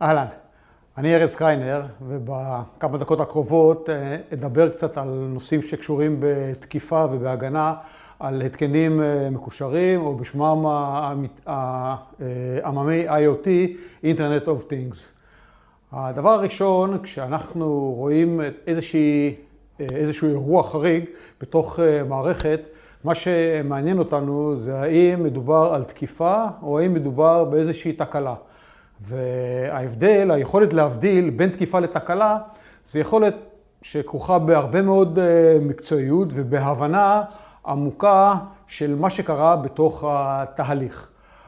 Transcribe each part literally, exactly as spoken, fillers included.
אהלן, אני ארז קריינר, ובכמה דקות הקרובות אדבר קצת על נושאים שקשורים בתקיפה ובהגנה על התקנים מקושרים, או בשמם העממי איי או טי, Internet of Things. הדבר הראשון, כשאנחנו רואים איזושהי, איזשהו אירוע חריג בתוך מערכת, מה שמעניין אותנו זה האם מדובר על תקיפה או האם מדובר באיזושהי תקלה. וההבדל, היכולת להבדיל בין תקיפה לתקלה, זה יכולת שכרוכה בהרבה מאוד מקצועיות ובהבנה עמוקה של מה שקרה בתוך התהליך.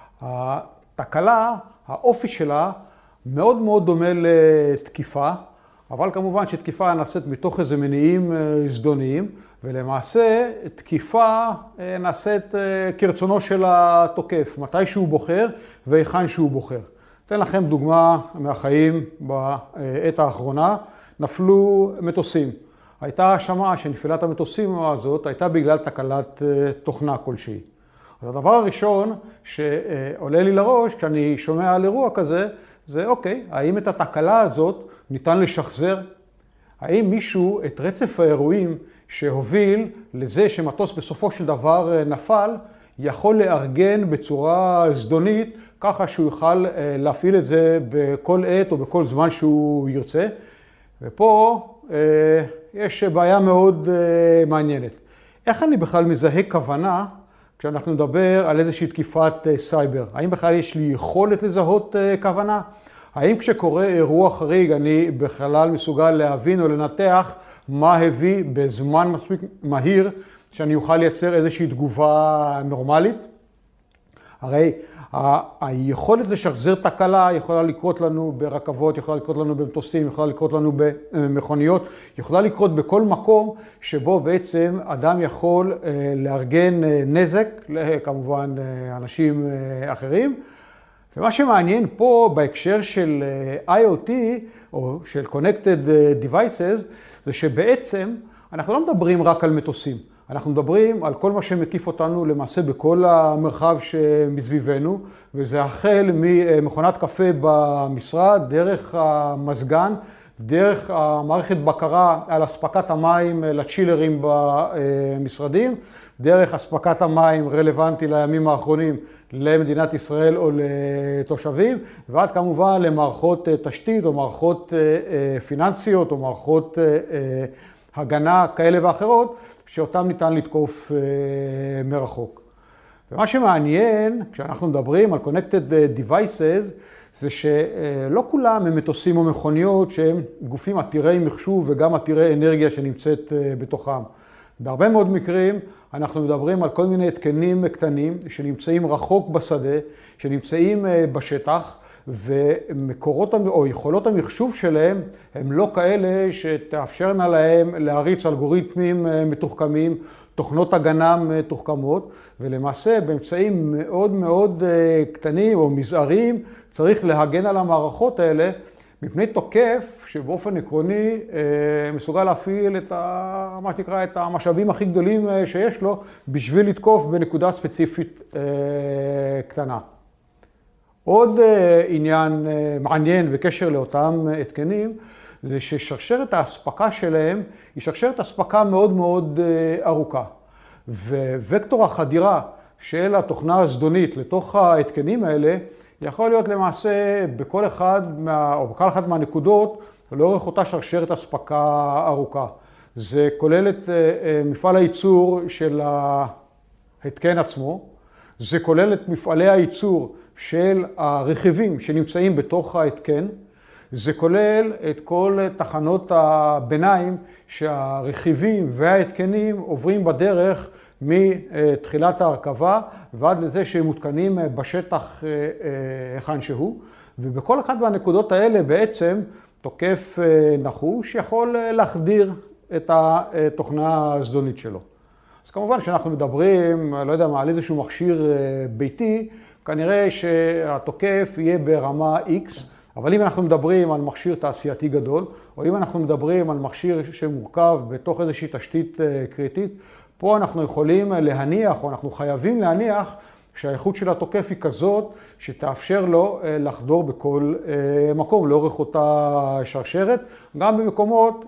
התקלה, האופי שלה מאוד מאוד דומה לתקיפה, אבל כמובן שתקיפה נעשית מתוך איזה מניעים זדוניים, ולמעשה תקיפה נעשית כרצונו של התוקף, מתי שהוא בוחר והיכן שהוא בוחר. אתן לכם דוגמה מהחיים בעת האחרונה, נפלו מטוסים. הייתה האשמה שנפילת המטוסים הזאת הייתה בגלל תקלת תוכנה כלשהי. אז הדבר הראשון שעולה לי לראש כשאני שומע על אירוע כזה, זה אוקיי, האם את התקלה הזאת ניתן לשחזר? האם מישהו את רצף האירועים שהוביל לזה שמטוס בסופו של דבר נפל, יכול לארגן בצורה זדונית, ככה שהוא יוכל להפעיל את זה בכל עת או בכל זמן שהוא ירצה. ופה יש בעיה מאוד מעניינת. איך אני בכלל מזהה כוונה כשאנחנו נדבר על איזושהי תקיפת סייבר? האם בכלל יש לי יכולת לזהות כוונה? האם כשקורה אירוע חריג אני בכלל מסוגל להבין או לנתח מה הביא בזמן מספיק מהיר שאני אוכל לייצר איזושהי תגובה נורמלית? הרי היכולת לשחזר תקלה יכולה לקרות לנו ברכבות, יכולה לקרות לנו במטוסים, יכולה לקרות לנו במכוניות, יכולה לקרות בכל מקום שבו בעצם אדם יכול לארגן נזק, כמובן אנשים אחרים. ומה שמעניין פה בהקשר של איי או טי או של Connected Devices זה שבעצם אנחנו לא מדברים רק על מטוסים. אנחנו מדברים על כל מה שמקיף אותנו למעשה בכל המרחב שמסביבנו, וזה החל ממכונת קפה במשרד, דרך המזגן, דרך המערכת בקרה על אספקת המים לצ'ילרים במשרדים, דרך אספקת המים רלוונטי לימים האחרונים למדינת ישראל או לתושבים, ועד כמובן למערכות תשתית או מערכות פיננסיות או מערכות הגנה כאלה ואחרות, שאותם ניתן לתקוף מרחוק. ומה שמעניין, כשאנחנו מדברים על Connected Devices, זה שלא כולם הם מטוסים או מכוניות שהם גופים עתירי מחשוב וגם עתירי אנרגיה שנמצאת בתוכם. בהרבה מאוד מקרים אנחנו מדברים על כל מיני התקנים קטנים שנמצאים רחוק בשדה, שנמצאים בשטח, ומקורות או יכולות המחשוב שלהם הם לא כאלה שתאפשרנה להם להריץ אלגוריתמים מתוחכמים, תוכנות הגנה מתוחכמות, ולמעשה באמצעים מאוד מאוד קטנים או מזעריים צריך להגן על המערכות האלה מפני תוקף שבאופן עקרוני מסוגל להפעיל את ה, מה שנקרא, את המשאבים הכי גדולים שיש לו בשביל לתקוף בנקודה ספציפית קטנה. עוד עניין מעניין בקשר לאותם התקנים, זה ששרשרת האספקה שלהם היא שרשרת אספקה מאוד מאוד ארוכה. ווקטור החדירה של התוכנה הזדונית לתוך ההתקנים האלה, יכול להיות למעשה בכל אחד מה, או בכל אחת מהנקודות לאורך אותה שרשרת אספקה ארוכה. זה כולל את מפעל הייצור של ההתקן עצמו, זה כולל את מפעלי הייצור של הרכיבים שנמצאים בתוך ההתקן, זה כולל את כל תחנות הביניים שהרכיבים וההתקנים עוברים בדרך מתחילת ההרכבה ועד לזה שהם מותקנים בשטח היכן שהוא, ובכל אחת מהנקודות האלה בעצם תוקף נחוש יכול להחדיר את התוכנה הזדונית שלו. אז כמובן שאנחנו מדברים, לא יודע מה, על איזשהו מכשיר ביתי, כנראה שהתוקף יהיה ברמה X, אבל אם אנחנו מדברים על מכשיר תעשייתי גדול, או אם אנחנו מדברים על מכשיר שמורכב בתוך איזושהי תשתית קריטית, פה אנחנו יכולים להניח, או אנחנו חייבים להניח, שהאיכות של התוקף היא כזאת שתאפשר לו לחדור בכל מקום לאורך אותה שרשרת, גם במקומות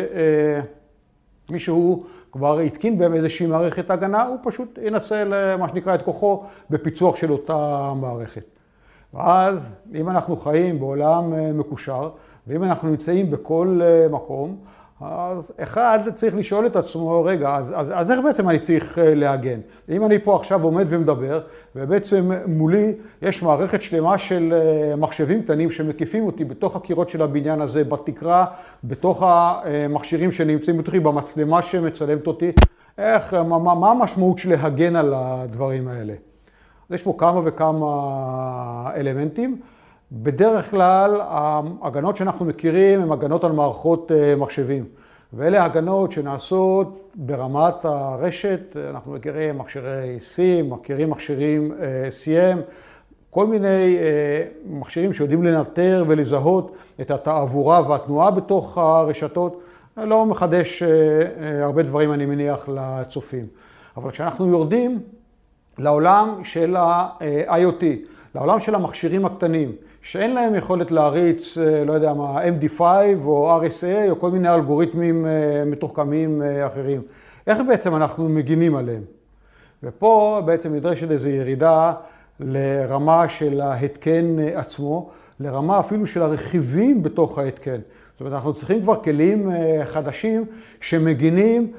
שמישהו כבר התקין בהם איזושהי מערכת הגנה, הוא פשוט ינצל מה שנקרא את כוחו בפיצוח של אותה מערכת. ואז אם אנחנו חיים בעולם מקושר, ואם אנחנו נמצאים בכל מקום, אז אחד צריך לשאול את עצמו, רגע, אז, אז, אז איך בעצם אני צריך להגן? אם אני פה עכשיו עומד ומדבר, ובעצם מולי יש מערכת שלמה של מחשבים קטנים שמקיפים אותי בתוך הקירות של הבניין הזה, בתקרה, בתוך המכשירים שנמצאים בתוכי, במצלמה שמצלמת אותי, איך, מה, מה המשמעות של להגן על הדברים האלה? יש פה כמה וכמה אלמנטים. בדרך כלל, ההגנות שאנחנו מכירים הן הגנות על מערכות מחשבים. ואלה הגנות שנעשות ברמת הרשת, אנחנו מכירים מכשירי סים, מכירים מכשירים סי אם, כל מיני מכשירים שיודעים לנטר ולזהות את התעבורה והתנועה בתוך הרשתות. לא מחדש הרבה דברים, אני מניח, לצופים. אבל כשאנחנו יורדים לעולם של ה-איי או טי, לעולם של המכשירים הקטנים, שאין להם יכולת להריץ, לא יודע מה, אם די פייב או אר אס איי או כל מיני אלגוריתמים מתוחכמים אחרים. איך בעצם אנחנו מגינים עליהם? ופה בעצם נדרשת איזו ירידה לרמה של ההתקן עצמו, לרמה אפילו של הרכיבים בתוך ההתקן. זאת אומרת, אנחנו צריכים כבר כלים חדשים שמגינים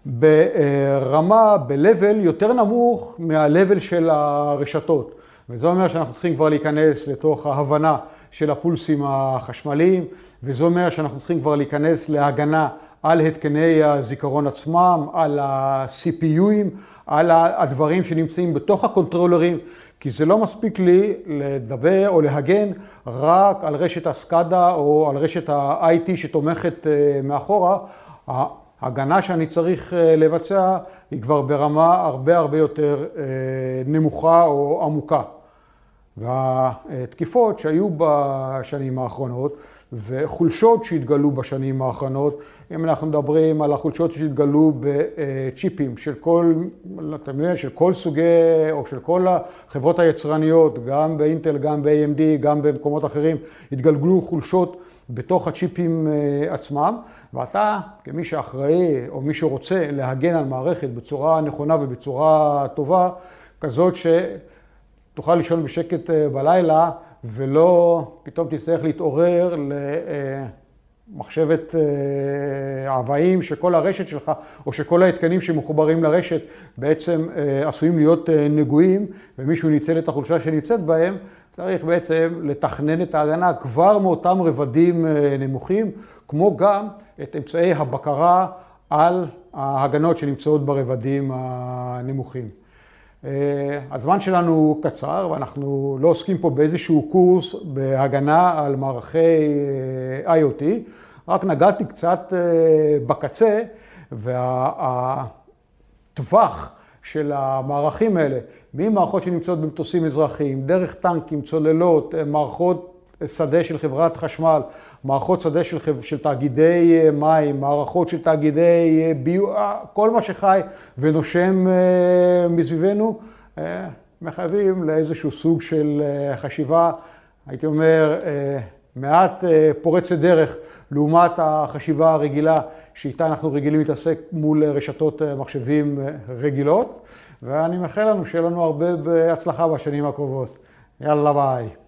ברמה, ב-level יותר נמוך מה-level של הרשתות. וזה אומר שאנחנו צריכים כבר להיכנס לתוך ההבנה של הפולסים החשמליים, וזה אומר שאנחנו צריכים כבר להיכנס להגנה על התקני הזיכרון עצמם, על ה-סי פי יו'ים, על הדברים שנמצאים בתוך הקונטרולרים, כי זה לא מספיק לי לדבר או להגן רק על רשת הסקאדה או על רשת ה-איי טי שתומכת מאחורה. ההגנה שאני צריך לבצע היא כבר ברמה הרבה הרבה יותר נמוכה או עמוקה. והתקיפות שהיו בשנים האחרונות וחולשות שהתגלו בשנים האחרונות, אם אנחנו מדברים על החולשות שהתגלו בצ'יפים של כל, של כל סוגי או של כל החברות היצרניות, גם באינטל, גם ב-איי אם די, גם במקומות אחרים, התגלגלו חולשות בתוך הצ'יפים עצמם, ואתה כמי שאחראי או מי שרוצה להגן על מערכת בצורה נכונה ובצורה טובה, כזאת שתוכל לישון בשקט בלילה ולא פתאום תצטרך להתעורר למחשבת עוועים שכל הרשת שלך או שכל ההתקנים שמחוברים לרשת בעצם עשויים להיות נגועים ומישהו ניצל את החולשה שנמצאת בהם. צריך בעצם לתכנן את ההגנה כבר מאותם רבדים נמוכים, כמו גם את אמצעי הבקרה על ההגנות שנמצאות ברבדים הנמוכים. הזמן שלנו קצר ואנחנו לא עוסקים פה באיזשהו קורס בהגנה על מערכי איי או טי, רק נגעתי קצת בקצה והטווח של המערכים האלה, ממערכות שנמצאות במטוסים אזרחיים, דרך טנקים, צוללות, מערכות שדה של חברת חשמל, מערכות שדה של, של תאגידי מים, מערכות של תאגידי ביו, כל מה שחי ונושם מסביבנו, מחייבים לאיזשהו סוג של חשיבה, הייתי אומר, מעט פורצת דרך לעומת החשיבה הרגילה שאיתה אנחנו רגילים להתעסק מול רשתות מחשבים רגילות, ואני מאחל לנו שיהיה לנו הרבה בהצלחה בשנים הקרובות. יאללה ביי.